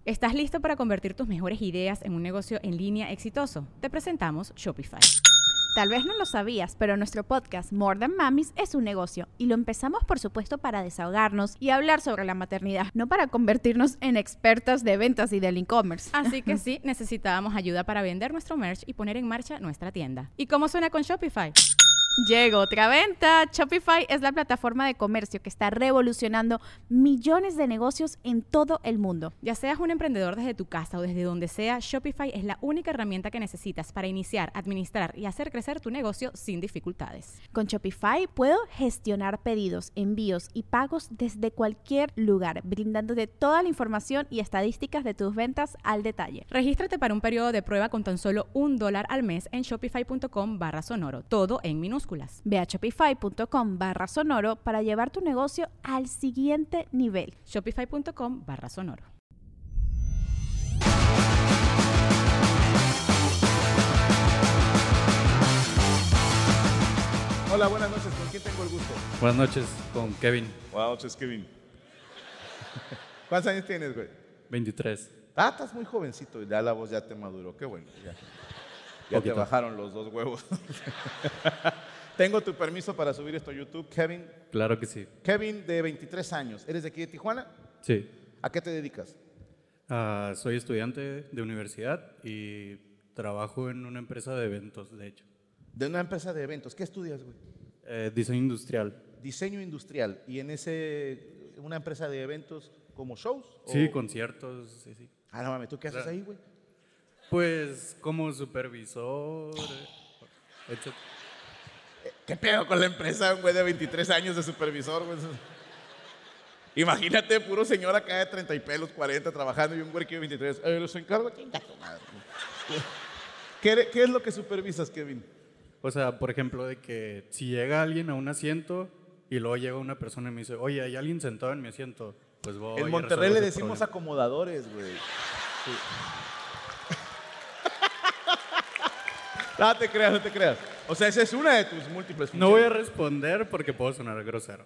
¿Estás listo para convertir tus mejores ideas en un negocio en línea exitoso? Te presentamos Shopify. Tal vez no lo sabías, pero nuestro podcast More Than Mamis es un negocio y lo empezamos por supuesto para desahogarnos y hablar sobre la maternidad, no para convertirnos en expertas de ventas y del e-commerce. Así que sí, necesitábamos ayuda para vender nuestro merch y poner en marcha nuestra tienda. ¿Y cómo suena con Shopify? Llegó otra venta. Shopify es la plataforma de comercio que está revolucionando millones de negocios en todo el mundo. Ya seas un emprendedor desde tu casa o desde donde sea, Shopify es la única herramienta que necesitas para iniciar, administrar y hacer crecer tu negocio sin dificultades. Con Shopify puedo gestionar pedidos, envíos y pagos desde cualquier lugar, brindándote toda la información y estadísticas de tus ventas al detalle. Regístrate para un periodo de prueba con tan solo $1 al mes en shopify.com/sonoro, todo en minúsculas. Ve a shopify.com/sonoro para llevar tu negocio al siguiente nivel. Shopify.com/sonoro. Hola, buenas noches. ¿Con quién tengo el gusto? Buenas noches, con Kevin, Buenas noches, Kevin. ¿Cuántos años tienes, güey? 23. Estás muy jovencito. Ya la voz ya te maduró. Qué bueno. Ya te Poquito. bajaron los 2 huevos. Tengo tu permiso para subir esto a YouTube, Kevin. Claro que sí. Kevin, de 23 años. ¿Eres de aquí de Tijuana? Sí. ¿A qué te dedicas? Soy estudiante de universidad y trabajo en una empresa de eventos, de hecho. De una empresa de eventos. ¿Qué estudias, güey? Diseño industrial. Diseño industrial. ¿Y en una empresa de eventos como shows? Sí, conciertos, sí. Ah, no mames, ¿tú qué haces ahí, güey? Pues como supervisor, etc. ¿Qué pedo con la empresa? Un güey de 23 años de supervisor, güey. Imagínate, puro señor acá de 30 y pelos, 40 trabajando y un güey que de 23. Los encargo, chinga tu madre. ¿Qué es lo que supervisas, Kevin? O sea, por ejemplo, de que si llega alguien a un asiento y luego llega una persona y me dice, oye, hay alguien sentado en mi asiento, pues voy En a Monterrey resolver le ese decimos problema. acomodadores, güey. Sí. No te creas, no te creas. O sea, esa es una de tus múltiples funciones. No voy a responder porque puedo sonar grosero.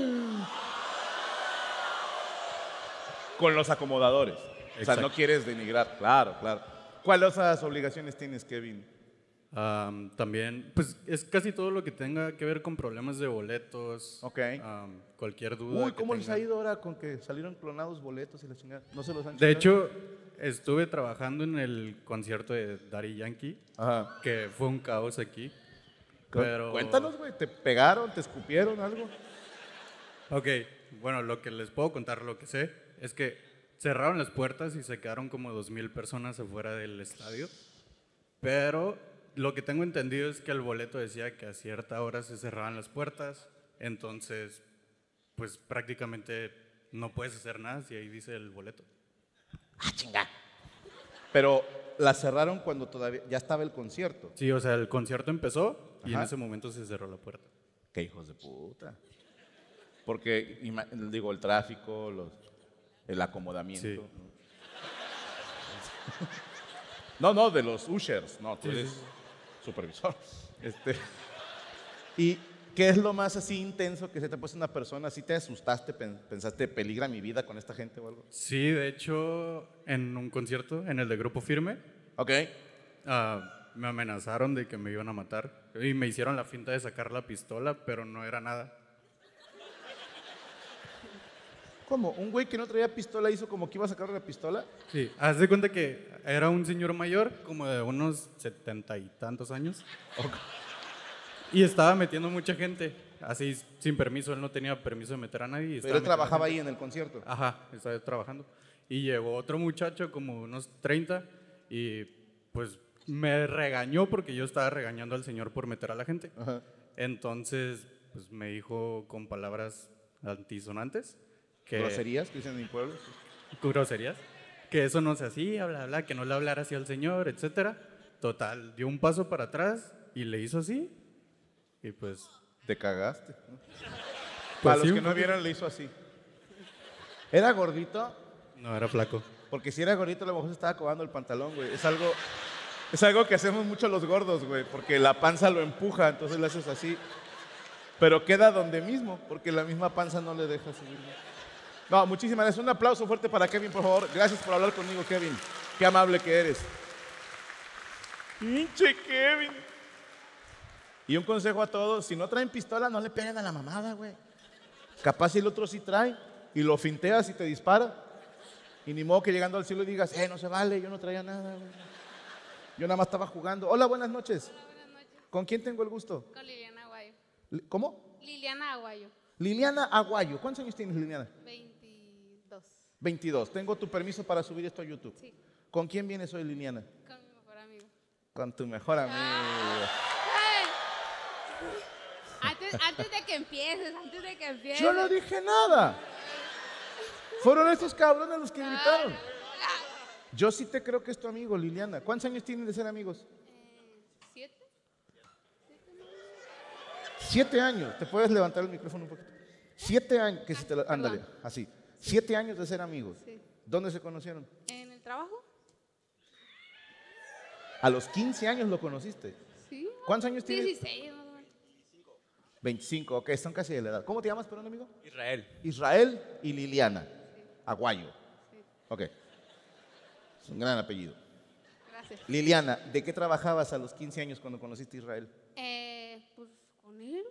Con los acomodadores. O sea, Exacto. no quieres denigrar. Claro, claro. ¿Cuáles otras obligaciones tienes, Kevin? También, pues es casi todo lo que tenga que ver con problemas de boletos. Ok. Cualquier duda. Uy, que ¿cómo les ha tengan. ido ahora con que salieron clonados boletos y la chingada? ¿No se los han De chingado? hecho, estuve trabajando en el concierto de Daddy Yankee, Ajá. que fue un caos aquí. Pero... Cuéntanos, güey. ¿Te pegaron? ¿Te escupieron algo? Ok, bueno, lo que les puedo contar, lo que sé, es que cerraron las puertas y se quedaron como 2,000 personas afuera del estadio. Pero lo que tengo entendido es que el boleto decía que a cierta hora se cerraban las puertas. Entonces, pues prácticamente no puedes hacer nada si ahí dice el boleto. ¡Ah, chinga! Pero la cerraron cuando todavía ya estaba el concierto. Sí, o sea, el concierto empezó y en Ajá. ese momento se cerró la puerta. ¡Qué hijos de puta! Porque, digo, el tráfico, el acomodamiento. Sí. No, de los ushers. No, tú Sí, eres sí. supervisor. ¿Y qué es lo más así intenso que se te puso una persona? ¿Así te asustaste? ¿Pensaste, peligra mi vida con esta gente o algo? Sí, de hecho, en un concierto, en el de Grupo Firme, Ok. me amenazaron de que me iban a matar y me hicieron la finta de sacar la pistola, pero no era nada. ¿Cómo? ¿Un güey que no traía pistola hizo como que iba a sacar la pistola? Sí, haz de cuenta que era un señor mayor, como de unos 70 y tantos años, y estaba metiendo mucha gente, así sin permiso. Él no tenía permiso de meter a nadie. Y Pero estaba él metiendo trabajaba gente. ahí en el concierto. Ajá, estaba trabajando. Y llegó otro muchacho, como unos 30, y pues me regañó porque yo estaba regañando al señor por meter a la gente. Ajá. Entonces, pues me dijo con palabras antisonantes. ¿Groserías que dicen en mi pueblo? Groserías. Que eso no se hacía, bla, bla, que no le hablara así al señor, etcétera. Total, dio un paso para atrás y le hizo así. Y pues... Te cagaste, ¿no? Pues Para sí, los que un no poquito. vieron, le hizo así. ¿Era gordito? No, era flaco. Porque si era gordito, a lo mejor se estaba acabando el pantalón, güey. Es algo que hacemos mucho los gordos, güey, porque la panza lo empuja, entonces le haces así. Pero queda donde mismo, porque la misma panza no le deja subir. No, muchísimas gracias. Un aplauso fuerte para Kevin, por favor. Gracias por hablar conmigo, Kevin. Qué amable que eres. Pinche Kevin. Y un consejo a todos, si no traen pistola, no le peguen a la mamada, güey. Capaz si el otro sí trae y lo finteas y te dispara. Y ni modo que llegando al cielo digas, no se vale, yo no traía nada, güey. Yo nada más estaba jugando. Hola, buenas noches. Hola, buenas noches. ¿Con quién tengo el gusto? Con Liliana Aguayo. ¿Cómo? Liliana Aguayo. Liliana Aguayo. ¿Cuántos años tienes, Liliana? 22. 22. Tengo tu permiso para subir esto a YouTube. Sí. ¿Con quién vienes hoy, Liliana? Con mi mejor amigo. Con tu mejor amigo. Ay. Antes de que empieces. Yo no dije nada. Fueron estos cabrones los que invitaron. Yo sí te creo que es tu amigo, Liliana. ¿Cuántos años tienen de ser amigos? 7. 7 años. ¿Te puedes levantar el micrófono un poquito? 7 años. Que si te ándale, así. 7 años de ser amigos. Sí. ¿Dónde se conocieron? ¿En el trabajo? A los 15 años lo conociste. Sí. ¿Cuántos años tienes? 16 más o menos. 25, ok, son casi de la edad. ¿Cómo te llamas, perdón, amigo? Israel. Israel y Liliana. Aguayo. Ok. Es un gran apellido. Gracias. Liliana, ¿de qué trabajabas a los 15 años cuando conociste a Israel? Pues con él.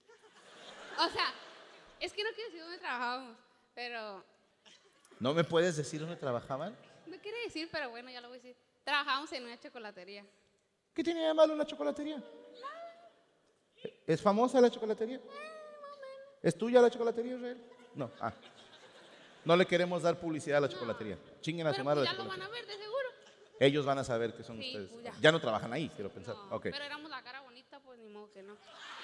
O sea, es que no quiero decir dónde trabajábamos, pero ¿No me puedes decir dónde trabajaban? no quiere decir, pero bueno, ya lo voy a decir. Trabajábamos en una chocolatería. ¿Qué tiene de malo una chocolatería? ¿Es famosa la chocolatería? ¿Es tuya la chocolatería, Israel? No. Ah. No le queremos dar publicidad a la chocolatería. Chinguen a su Pero madre pues la ya lo van chocolatería. a ver, de seguro. Ellos van a saber que son Sí, ustedes. pues ya. Ya no trabajan ahí, quiero pensar. No, Ok. pero éramos la cara bonita, pues ni modo que no.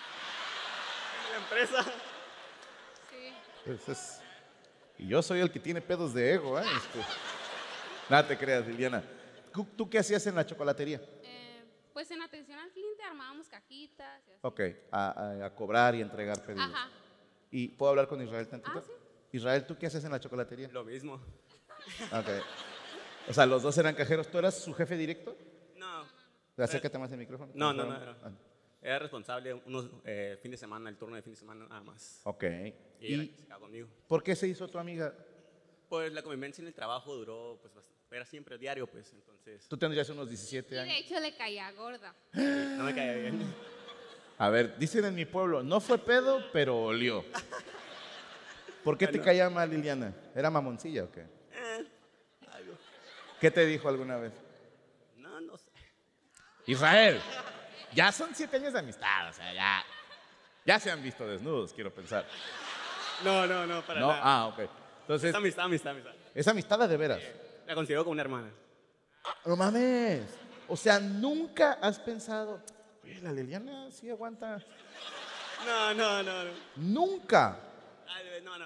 La empresa. Sí. Pues y yo soy el que tiene pedos de ego, ¿eh? Nada te creas, Liliana. ¿Tú qué hacías en la chocolatería? Pues en atención al cliente armábamos cajitas y así. Ok, a cobrar y entregar pedidos. Ajá. ¿Y puedo hablar con Israel tantito? Ah, sí. Israel, ¿tú qué haces en la chocolatería? Lo mismo. Ok. O sea, los dos eran cajeros. ¿Tú eras su jefe directo? No. Acércate más al micrófono. No. Ah, Era responsable unos fin de semana, el turno de fin de semana nada más. ok. Y era ¿Y que se quedaba conmigo. por qué se hizo tu amiga? Pues la convivencia en el trabajo duró, pues bastante. Era siempre diario, pues, entonces. Tú tendrías unos Y 17 de años. hecho le caía gorda. No me caía bien. A ver, dicen en mi pueblo, no fue pedo, pero olió. ¿Por qué te caía mal, Liliana? ¿Era mamoncilla o qué? Algo. ¿Qué te dijo alguna vez? No sé. Israel, ya son 7 años de amistad, o sea, ya se han visto desnudos, quiero pensar. No, para ¿No? nada. Ah, ok. Entonces, Es amistad. es amistad de veras. La considero como una hermana. No mames. O sea, nunca has pensado, oye, la Liliana sí aguanta. No. Nunca. Ay, no.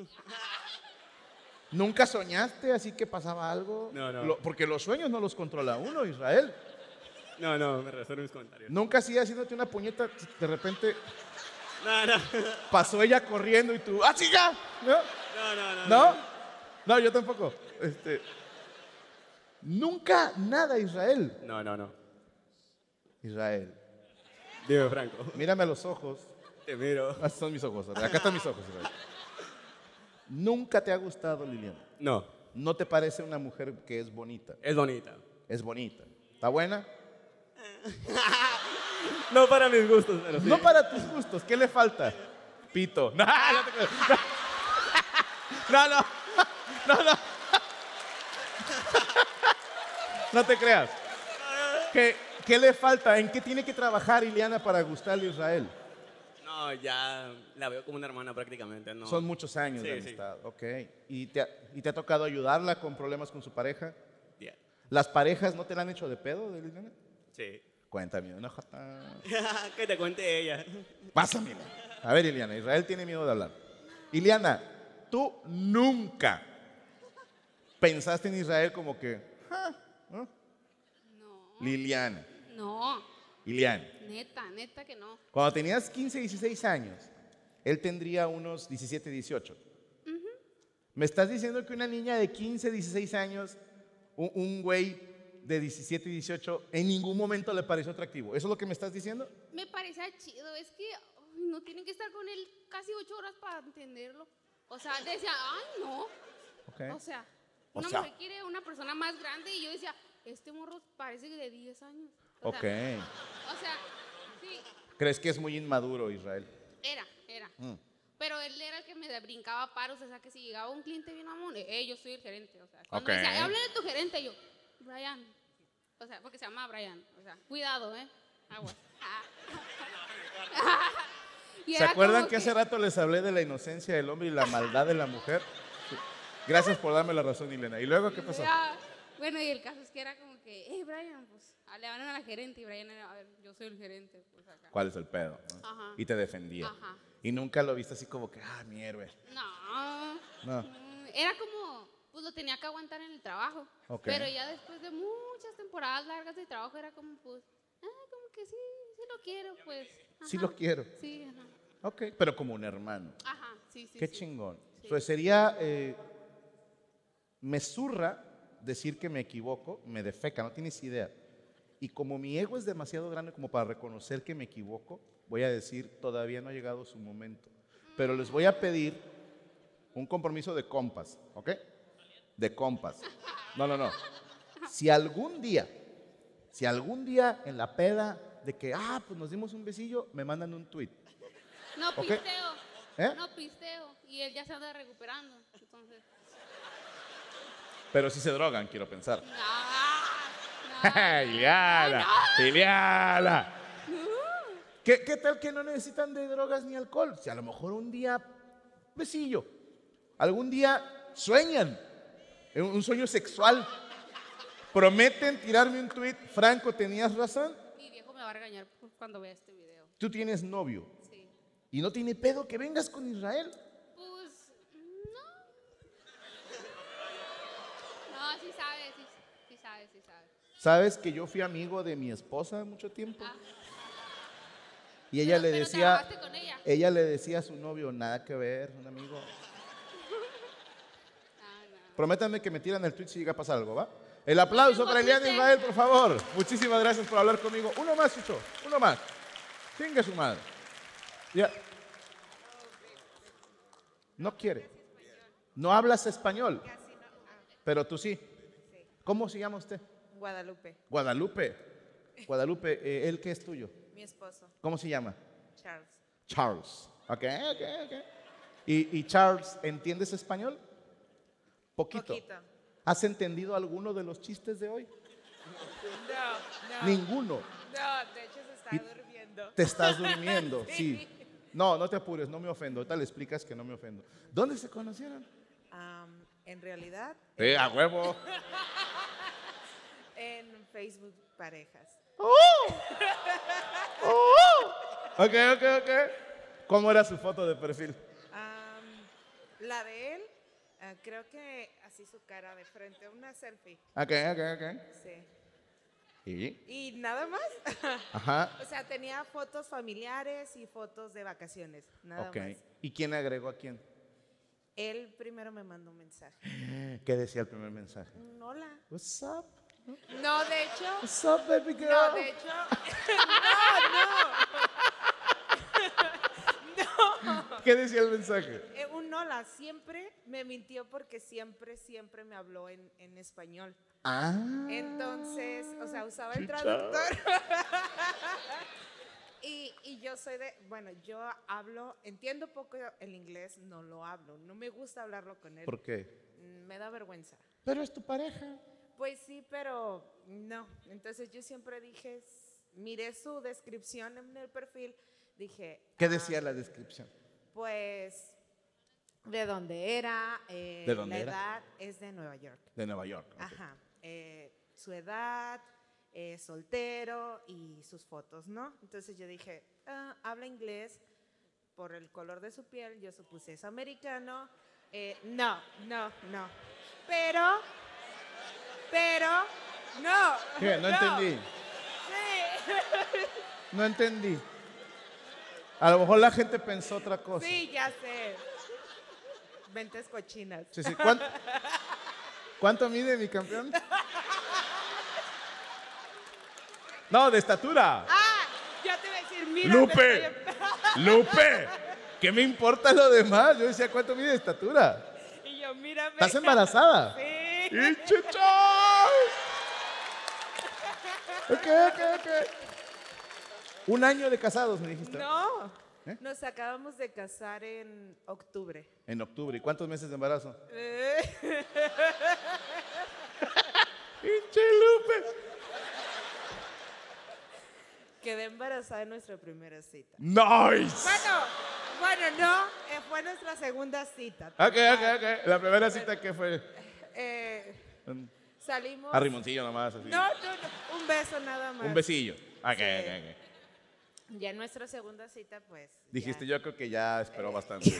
¿Nunca soñaste así que pasaba algo? No. Porque los sueños no los controla uno, Israel. No, me reservo mis comentarios. Nunca así haciéndote una puñeta, de repente No. pasó ella corriendo y tú, ¡ah, chica! ¿No? ¿No? No, yo tampoco. Nunca nada, Israel. No. Israel, Dime, Franco. mírame a los ojos. Te miro. Estos son mis ojos. Acá están mis ojos, Israel. ¿Nunca te ha gustado, Liliana? No, ¿No te parece una mujer que es bonita? es bonita. Es bonita. ¿Está buena? No para mis gustos, pero sí. No para tus gustos. ¿Qué le falta? Pito. No, no te creas. No. No te creas. ¿Qué le falta? ¿En qué tiene que trabajar Liliana para gustarle a Israel? No, ya la veo como una hermana prácticamente, ¿no? Son muchos años de Sí. amistad. Ok. ¿Y te ha tocado ayudarla con problemas con su pareja? Yeah. ¿Las parejas no te la han hecho de pedo, de Liliana? Sí. Cuéntame, una jota. Que te cuente ella. Pásame. A ver, Liliana, Israel tiene miedo de hablar. Liliana, tú nunca pensaste en Israel como que, ¿no? No. Liliana, No. Liliana. Neta que no. Cuando tenías 15, 16 años, él tendría unos 17, 18. ¿Me estás diciendo que una niña de 15, 16 años, un güey de 17 y 18, en ningún momento le pareció atractivo? ¿Eso es lo que me estás diciendo? Me parecía chido. Es que no tienen que estar con él casi 8 horas para entenderlo. O sea, decía, ay, no. Ok. O sea, O una sea. mujer quiere una persona más grande y yo decía, este morro parece que de 10 años. Ok. O sea, sí, ¿Crees que es muy inmaduro, Israel? era. Pero él era el que me brincaba paros, o sea, que si llegaba un cliente bien mamón, yo soy el gerente, o sea, cuando Ok. decía, habla de tu gerente, yo, Brian, o sea, porque se llama Brian, o sea, cuidado, aguas. Y ¿Se era acuerdan como que hace rato les hablé de la inocencia del hombre y la maldad de la mujer? Sí. Gracias por darme la razón, Ilena. ¿Y luego qué pasó? Bueno, y el caso es que era como que, Brian, pues, le hablan a la gerente y Brian era, a ver, yo soy el gerente, pues acá. ¿Cuál es el pedo? ¿No? Ajá. Y te defendía. Ajá. Y nunca lo viste así como que, mi héroe. No. Era como, pues lo tenía que aguantar en el trabajo. Ok. Pero ya después de muchas temporadas largas de trabajo era como, pues, como que sí lo quiero, pues. Sí ajá. lo quiero. Sí, ajá. Ok, pero como un hermano. Ajá, sí. Qué sí. chingón. Sí. Pues sería, me zurra decir que me equivoco, me defeca, no tienes idea. Y como mi ego es demasiado grande como para reconocer que me equivoco, voy a decir, todavía no ha llegado su momento. Pero les voy a pedir un compromiso de compas, ¿ok? De compas. No. Si algún día en la peda de que, pues nos dimos un besillo, me mandan un tweet. No Ok. pisteo. ¿Eh? No pisteo. Y él ya se anda recuperando. Entonces. Pero si se drogan, quiero pensar. No. Iliana. ¿Qué tal que no necesitan de drogas ni alcohol? Si a lo mejor un día, besillo. Algún día sueñan, un sueño sexual. Prometen tirarme un tweet. Franco, ¿tenías razón? Mi viejo me va a regañar cuando vea este video. Tú tienes novio. Sí. Y no tiene pedo que vengas con Israel. Pues, no. No, sí sabe. ¿Sabes que yo fui amigo de mi esposa mucho tiempo? Ah. Y ella le Pero decía, trabajaste con ella. ella le decía a su novio, nada que ver, un amigo. No. Prométanme que me tiran el tweet si llega a pasar algo, ¿va? El aplauso para Eliana Twitter. Israel, por favor. Muchísimas gracias por hablar conmigo. Uno más, Chucho, uno más. Tenga su madre. Ya. No quiere. No hablas español. Pero tú sí. ¿Cómo se llama usted? Guadalupe, Guadalupe, ¿él qué es tuyo? mi esposo, ¿Cómo se llama? Charles. Charles. Ok. ¿Y Charles, entiendes español? Poquito. Poquito. ¿Has entendido alguno de los chistes de hoy? No. Ninguno. No, de hecho se está Y- durmiendo. Te estás durmiendo, sí. No te apures, no me ofendo. Ahorita le explicas que no me ofendo. ¿Dónde se conocieron? En realidad, A huevo. en Facebook Parejas. Ok. ¿Cómo era su foto de perfil? La de él, creo que así su cara de frente, una selfie. Ok. Sí. ¿Y? Y nada más. Ajá. O sea, tenía fotos familiares y fotos de vacaciones. Nada Ok. más. ¿Y quién agregó a quién? Él primero me mandó un mensaje. ¿Qué decía el primer mensaje? Un hola. What's up? No, de hecho. What's up, baby girl? No, de hecho. No. ¿Qué decía el mensaje? Un hola, siempre me mintió porque siempre me habló en español. Entonces, o sea, usaba el traductor. Y yo soy yo entiendo poco el inglés, no lo hablo, no me gusta hablarlo con él. ¿Por qué? Me da vergüenza. Pero es tu pareja. Pues sí, pero no. Entonces yo siempre dije, miré su descripción en el perfil, dije. ¿Qué decía la descripción? Pues, de dónde era, ¿De dónde la era? edad es de Nueva York. De Nueva York. ok. Ajá. Su edad, soltero y sus fotos, ¿no? Entonces yo dije, habla inglés por el color de su piel, yo supuse es americano. No. Pero, no. ¿Qué? No entendí. Sí. No entendí. A lo mejor la gente pensó otra cosa. Sí, ya sé. Mentes cochinas. Sí. ¿Cuánto mide mi campeón? No, de estatura. Ya te iba a decir, mira. Lupe. ¿Qué me importa lo demás? Yo decía, ¿cuánto mide de estatura? Y yo, mírame. ¿Estás embarazada? Sí. ¡Y chuchos! Ok. 1 año de casados, me dijiste. No, ¿Eh? nos acabamos de casar en octubre. En octubre. ¿Y cuántos meses de embarazo? ¡Pinche Lupe! Quedé embarazada en nuestra primera cita. ¡Nice! Bueno, no, fue nuestra segunda cita. Ok. La primera cita, ¿qué fue? Salimos. A Rimoncillo nomás, así. No, un beso nada más. Un besillo. Ok. Ya en nuestra segunda cita, pues. Dijiste, ya. yo creo que ya esperó bastante.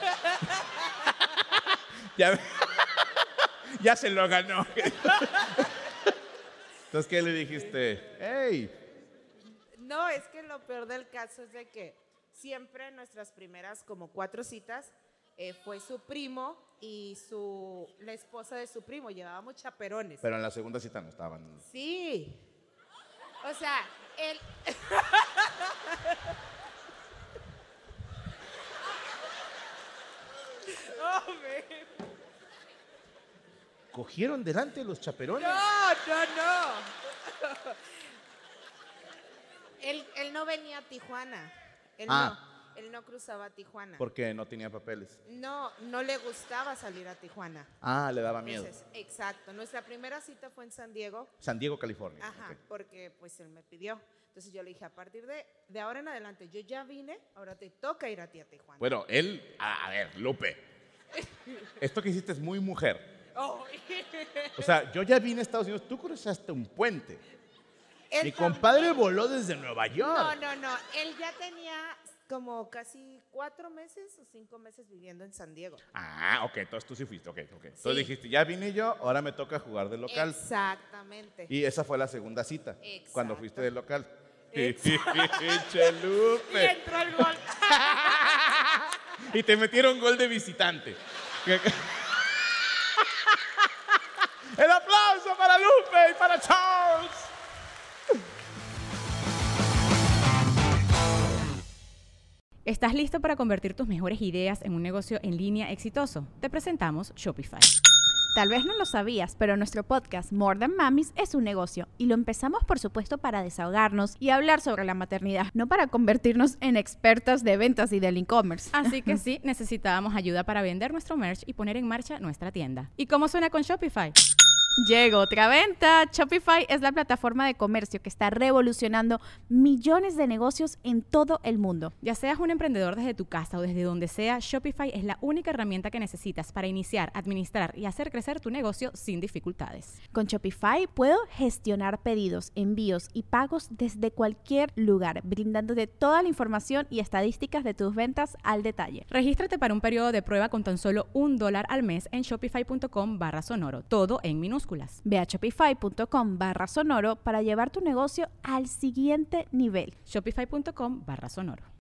ya se lo ganó. Entonces, ¿qué le dijiste? ¡Ey! No, es que lo peor del caso es de que siempre en nuestras primeras como 4 citas fue su primo y la esposa de su primo. Llevábamos chaperones. Pero en la segunda cita no estaban. Sí. O sea, él... ¿Cogieron delante de los chaperones? No. Él no venía a Tijuana. Él no cruzaba a Tijuana. Porque no tenía papeles. No le gustaba salir a Tijuana. Le daba miedo. Entonces, exacto. Nuestra primera cita fue en San Diego. San Diego, California. Ajá, Ok. porque pues él me pidió. Entonces yo le dije, a partir de ahora en adelante, yo ya vine, ahora te toca ir a ti a Tijuana. Bueno, él, a ver, Lupe, esto que hiciste es muy mujer. Oh. O sea, yo ya vine a Estados Unidos, tú cruzaste un puente. Él Mi compadre también. voló desde Nueva York. No, él ya tenía como casi 4 meses o 5 meses viviendo en San Diego. Ok, entonces tú sí fuiste, ok. Entonces Sí. dijiste, ya vine yo, ahora me toca jugar de local. Exactamente. Y esa fue la segunda cita, Exacto. cuando fuiste de local. Exacto. Pinche Y Lupe. entró el gol. Y te metieron gol de visitante. El aplauso para Lupe y para Charles. ¿Estás listo para convertir tus mejores ideas en un negocio en línea exitoso? Te presentamos Shopify. Tal vez no lo sabías, pero nuestro podcast More Than Mamis es un negocio y lo empezamos por supuesto para desahogarnos y hablar sobre la maternidad, no para convertirnos en expertas de ventas y del e-commerce. Así que sí, necesitábamos ayuda para vender nuestro merch y poner en marcha nuestra tienda. ¿Y cómo suena con Shopify? Llegó otra venta. Shopify es la plataforma de comercio que está revolucionando millones de negocios en todo el mundo. Ya seas un emprendedor desde tu casa o desde donde sea, Shopify es la única herramienta que necesitas para iniciar, administrar y hacer crecer tu negocio sin dificultades. Con Shopify puedo gestionar pedidos, envíos y pagos desde cualquier lugar, brindándote toda la información y estadísticas de tus ventas al detalle. Regístrate para un periodo de prueba con tan solo $1 al mes en shopify.com/sonoro, todo en minúsculas. Ve a shopify.com/sonoro para llevar tu negocio al siguiente nivel. Shopify.com/sonoro.